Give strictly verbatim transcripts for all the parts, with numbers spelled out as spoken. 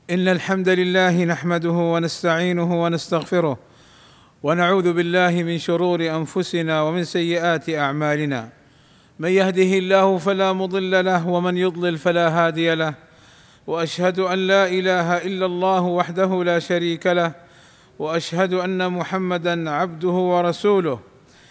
إن الحمد لله نحمده ونستعينه ونستغفره ونعوذ بالله من شرور أنفسنا ومن سيئات أعمالنا. من يهده الله فلا مضل له ومن يضلل فلا هادي له، وأشهد أن لا إله إلا الله وحده لا شريك له، وأشهد أن محمدًا عبده ورسوله.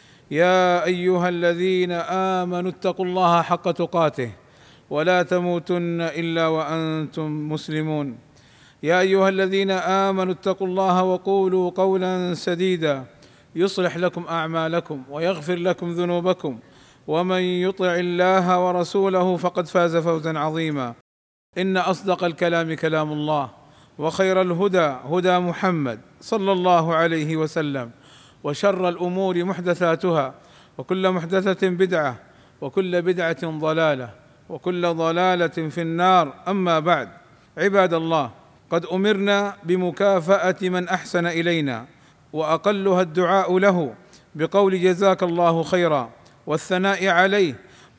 يا أيها الذين آمنوا اتقوا الله حق تقاته ولا تموتن إلا وأنتم مسلمون. يا أيها الذين آمنوا اتقوا الله وقولوا قولا سديدا يصلح لكم أعمالكم ويغفر لكم ذنوبكم، ومن يطع الله ورسوله فقد فاز فوزا عظيما. إن أصدق الكلام كلام الله، وخير الهدى هدى محمد صلى الله عليه وسلم، وشر الأمور محدثاتها، وكل محدثة بدعة، وكل بدعة ضلالة، وكل ضلالة في النار. أما بعد، عباد الله، قد أمرنا بمكافأة من أحسن إلينا، وأقلها الدعاء له بقول جزاك الله خيرا والثناء عليه،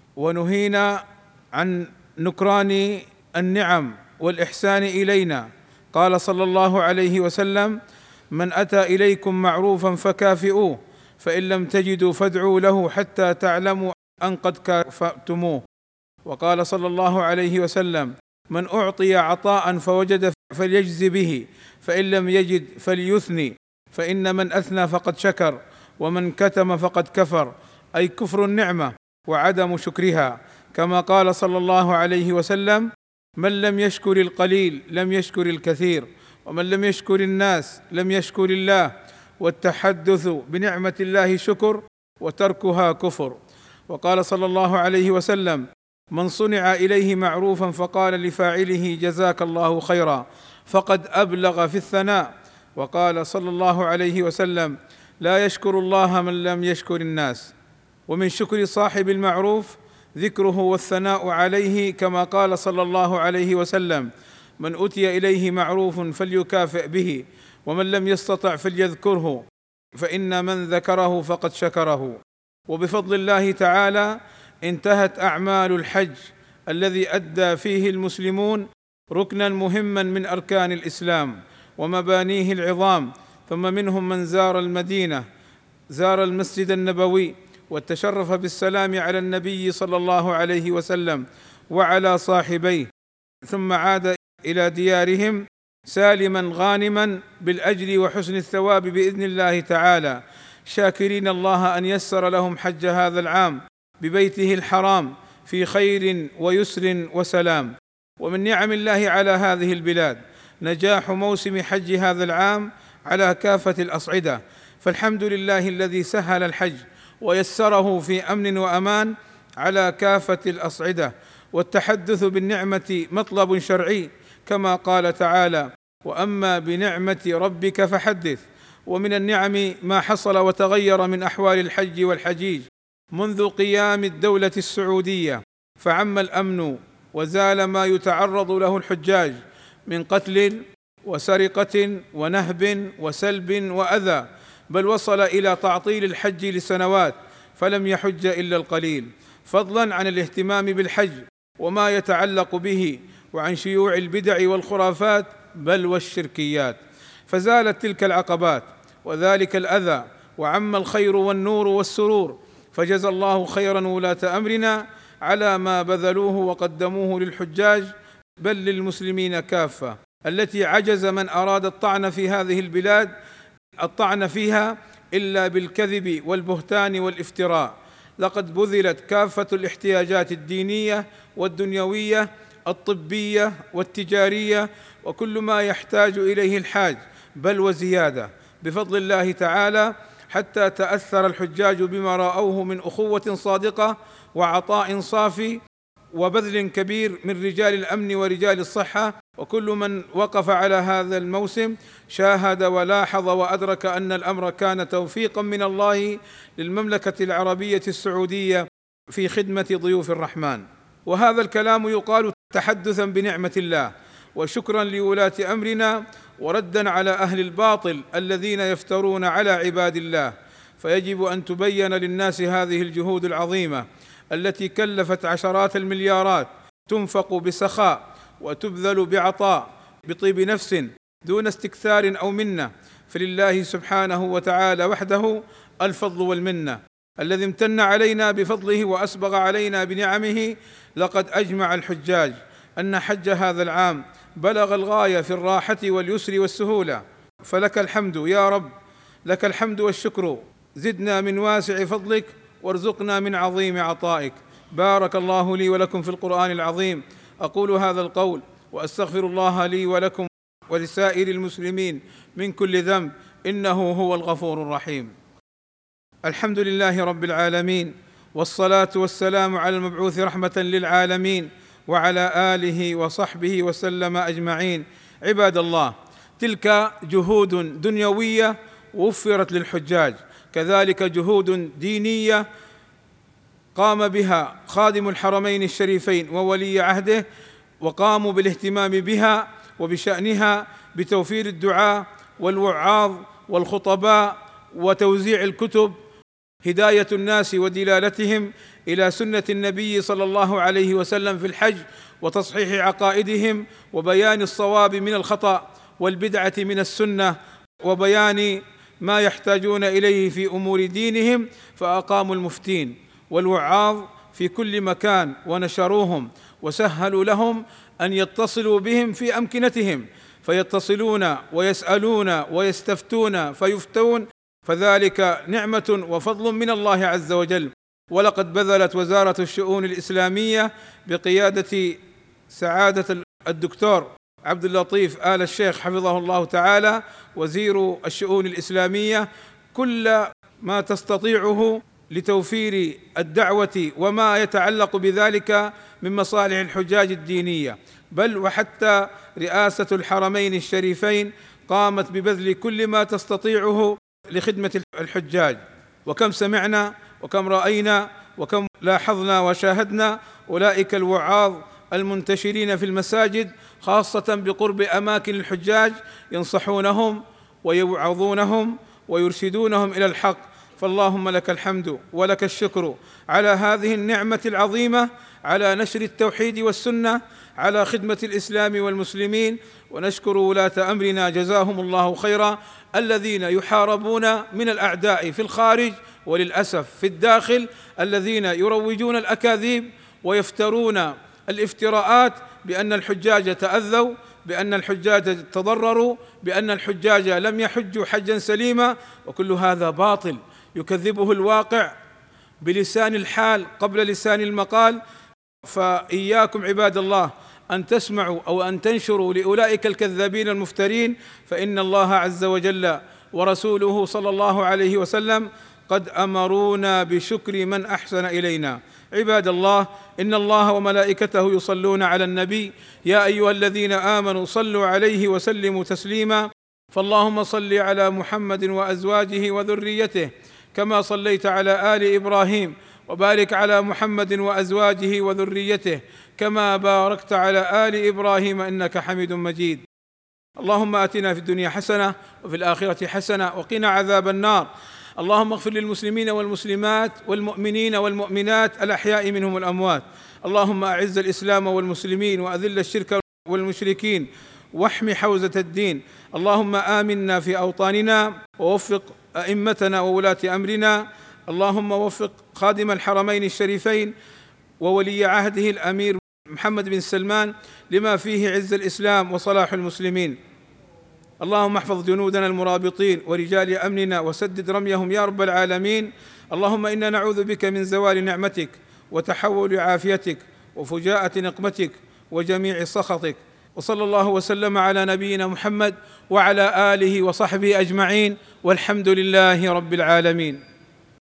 ونهينا عن نكران النعم والإحسان إلينا. قال صلى الله عليه وسلم: من أتى إليكم معروفا فكافئوه، فإن لم تجدوا فادعوا له حتى تعلموا أن قد كافأتموه. وقال صلى الله عليه وسلم: من أعطي عطاء فوجد فليجز به، فإن لم يجد فليثني، فإن من أثنى فقد شكر، ومن كتم فقد كفر، أي كفر النعمة وعدم شكرها. كما قال صلى الله عليه وسلم: من لم يشكر القليل لم يشكر الكثير، ومن لم يشكر الناس لم يشكر الله. والتحدث بنعمة الله شكر، وتركها كفر. وقال صلى الله عليه وسلم: من صنع إليه معروفا فقال لفاعله جزاك الله خيرا فقد أبلغ في الثناء. وقال صلى الله عليه وسلم: لا يشكر الله من لم يشكر الناس. ومن شكر صاحب المعروف ذكره والثناء عليه، كما قال صلى الله عليه وسلم: من أتي إليه معروف فليكافئ به، ومن لم يستطع فليذكره، فإن من ذكره فقد شكره. وبفضل الله تعالى انتهت أعمال الحج الذي أدى فيه المسلمون ركنا مهما من أركان الإسلام ومبانيه العظام. ثم منهم من زار المدينة، زار المسجد النبوي، وتشرف بالسلام على النبي صلى الله عليه وسلم وعلى صاحبيه، ثم عاد إلى ديارهم سالما غانما بالأجر وحسن الثواب بإذن الله تعالى، شاكرين الله أن يسر لهم حج هذا العام ببيته الحرام في خير ويسر وسلام. ومن نعم الله على هذه البلاد نجاح موسم حج هذا العام على كافة الأصعدة، فالحمد لله الذي سهل الحج ويسره في أمن وأمان على كافة الأصعدة. والتحدث بالنعمة مطلب شرعي، كما قال تعالى: وأما بنعمة ربك فحدث. ومن النعم ما حصل وتغير من أحوال الحج والحجيج منذ قيام الدولة السعودية، فعم الأمن وزال ما يتعرض له الحجاج من قتل وسرقة ونهب وسلب وأذى، بل وصل إلى تعطيل الحج لسنوات فلم يحج إلا القليل، فضلا عن الاهتمام بالحج وما يتعلق به، وعن شيوع البدع والخرافات بل والشركيات. فزالت تلك العقبات وذلك الأذى، وعم الخير والنور والسرور. فجزى الله خيرا ولاة أمرنا على ما بذلوه وقدموه للحجاج بل للمسلمين كافة، التي عجز من أراد الطعن في هذه البلاد الطعن فيها إلا بالكذب والبهتان والافتراء. لقد بذلت كافة الاحتياجات الدينية والدنيوية الطبية والتجارية وكل ما يحتاج إليه الحاج، بل وزيادة، بفضل الله تعالى، حتى تأثر الحجاج بما رأوه من أخوة صادقة وعطاء صافي وبذل كبير من رجال الأمن ورجال الصحة. وكل من وقف على هذا الموسم شاهد ولاحظ وأدرك أن الأمر كان توفيقا من الله للمملكة العربية السعودية في خدمة ضيوف الرحمن. وهذا الكلام يقال تحدثا بنعمة الله وشكرا لولاة أمرنا، وردا على أهل الباطل الذين يفترون على عباد الله. فيجب أن تبين للناس هذه الجهود العظيمة التي كلفت عشرات المليارات تنفق بسخاء وتبذل بعطاء بطيب نفس دون استكثار أو منة، فلله سبحانه وتعالى وحده الفضل والمنة، الذي امتن علينا بفضله وأسبغ علينا بنعمه. لقد أجمع الحجاج أن حج هذا العام بلغ الغاية في الراحة واليسر والسهولة، فلك الحمد يا رب، لك الحمد والشكر. زدنا من واسع فضلك وارزقنا من عظيم عطائك. بارك الله لي ولكم في القرآن العظيم. أقول هذا القول وأستغفر الله لي ولكم ولسائر المسلمين من كل ذنب، إنه هو الغفور الرحيم. الحمد لله رب العالمين، والصلاة والسلام على المبعوث رحمة للعالمين وعلى آله وصحبه وسلم أجمعين. عباد الله، تلك جهود دنيوية وفرت للحجاج، كذلك جهود دينية قام بها خادم الحرمين الشريفين وولي عهده، وقاموا بالاهتمام بها وبشأنها بتوفير الدعاة والوعاظ والخطباء وتوزيع الكتب، هداية الناس ودلالتهم إلى سنة النبي صلى الله عليه وسلم في الحج، وتصحيح عقائدهم، وبيان الصواب من الخطأ والبدعة من السنة، وبيان ما يحتاجون إليه في أمور دينهم. فأقاموا المفتين والوعاظ في كل مكان ونشروهم، وسهلوا لهم أن يتصلوا بهم في أمكنتهم، فيتصلون ويسألون ويستفتون فيفتون، فذلك نعمة وفضل من الله عز وجل. ولقد بذلت وزارة الشؤون الإسلامية بقيادة سعادة الدكتور عبد اللطيف آل الشيخ حفظه الله تعالى وزير الشؤون الإسلامية كل ما تستطيعه لتوفير الدعوة وما يتعلق بذلك من مصالح الحجاج الدينية، بل وحتى رئاسة الحرمين الشريفين قامت ببذل كل ما تستطيعه لخدمة الحجاج. وكم سمعنا وكم رأينا وكم لاحظنا وشاهدنا أولئك الوعاظ المنتشرين في المساجد، خاصة بقرب أماكن الحجاج، ينصحونهم ويوعظونهم ويرشدونهم إلى الحق. فاللهم لك الحمد ولك الشكر على هذه النعمة العظيمة، على نشر التوحيد والسنة، على خدمة الإسلام والمسلمين. ونشكر ولاة أمرنا جزاهم الله خيرا، الذين يحاربون من الأعداء في الخارج وللأسف في الداخل، الذين يروجون الأكاذيب ويفترون الافتراءات بأن الحجاج تأذوا، بأن الحجاج تضرروا، بأن الحجاج لم يحجوا حجا سليما، وكل هذا باطل يكذبه الواقع بلسان الحال قبل لسان المقال. فإياكم عباد الله أن تسمعوا أو أن تنشروا لأولئك الكذابين المفترين، فإن الله عز وجل ورسوله صلى الله عليه وسلم قد أمرونا بشكر من أحسن إلينا. عباد الله، إن الله وملائكته يصلون على النبي، يا أيها الذين آمنوا صلوا عليه وسلموا تسليما. فاللهم صل على محمد وأزواجه وذريته كما صليت على آل إبراهيم، وبارك على محمد وأزواجه وذريته كما باركت على آل إبراهيم إنك حميد مجيد. اللهم آتنا في الدنيا حسنة وفي الآخرة حسنة وقنا عذاب النار. اللهم اغفر للمسلمين والمسلمات والمؤمنين والمؤمنات الأحياء منهم والأموات. اللهم أعز الإسلام والمسلمين وأذل الشرك والمشركين واحم حوزة الدين. اللهم آمنا في أوطاننا ووفق أئمتنا وولاة أمرنا. اللهم وفق خادم الحرمين الشريفين وولي عهده الأمير محمد بن سلمان لما فيه عز الإسلام وصلاح المسلمين. اللهم احفظ جنودنا المرابطين ورجال أمننا وسدد رميهم يا رب العالمين. اللهم إنا نعوذ بك من زوال نعمتك وتحول عافيتك وفجاءة نقمتك وجميع سخطك. وصلى الله وسلم على نبينا محمد وعلى آله وصحبه أجمعين، والحمد لله رب العالمين.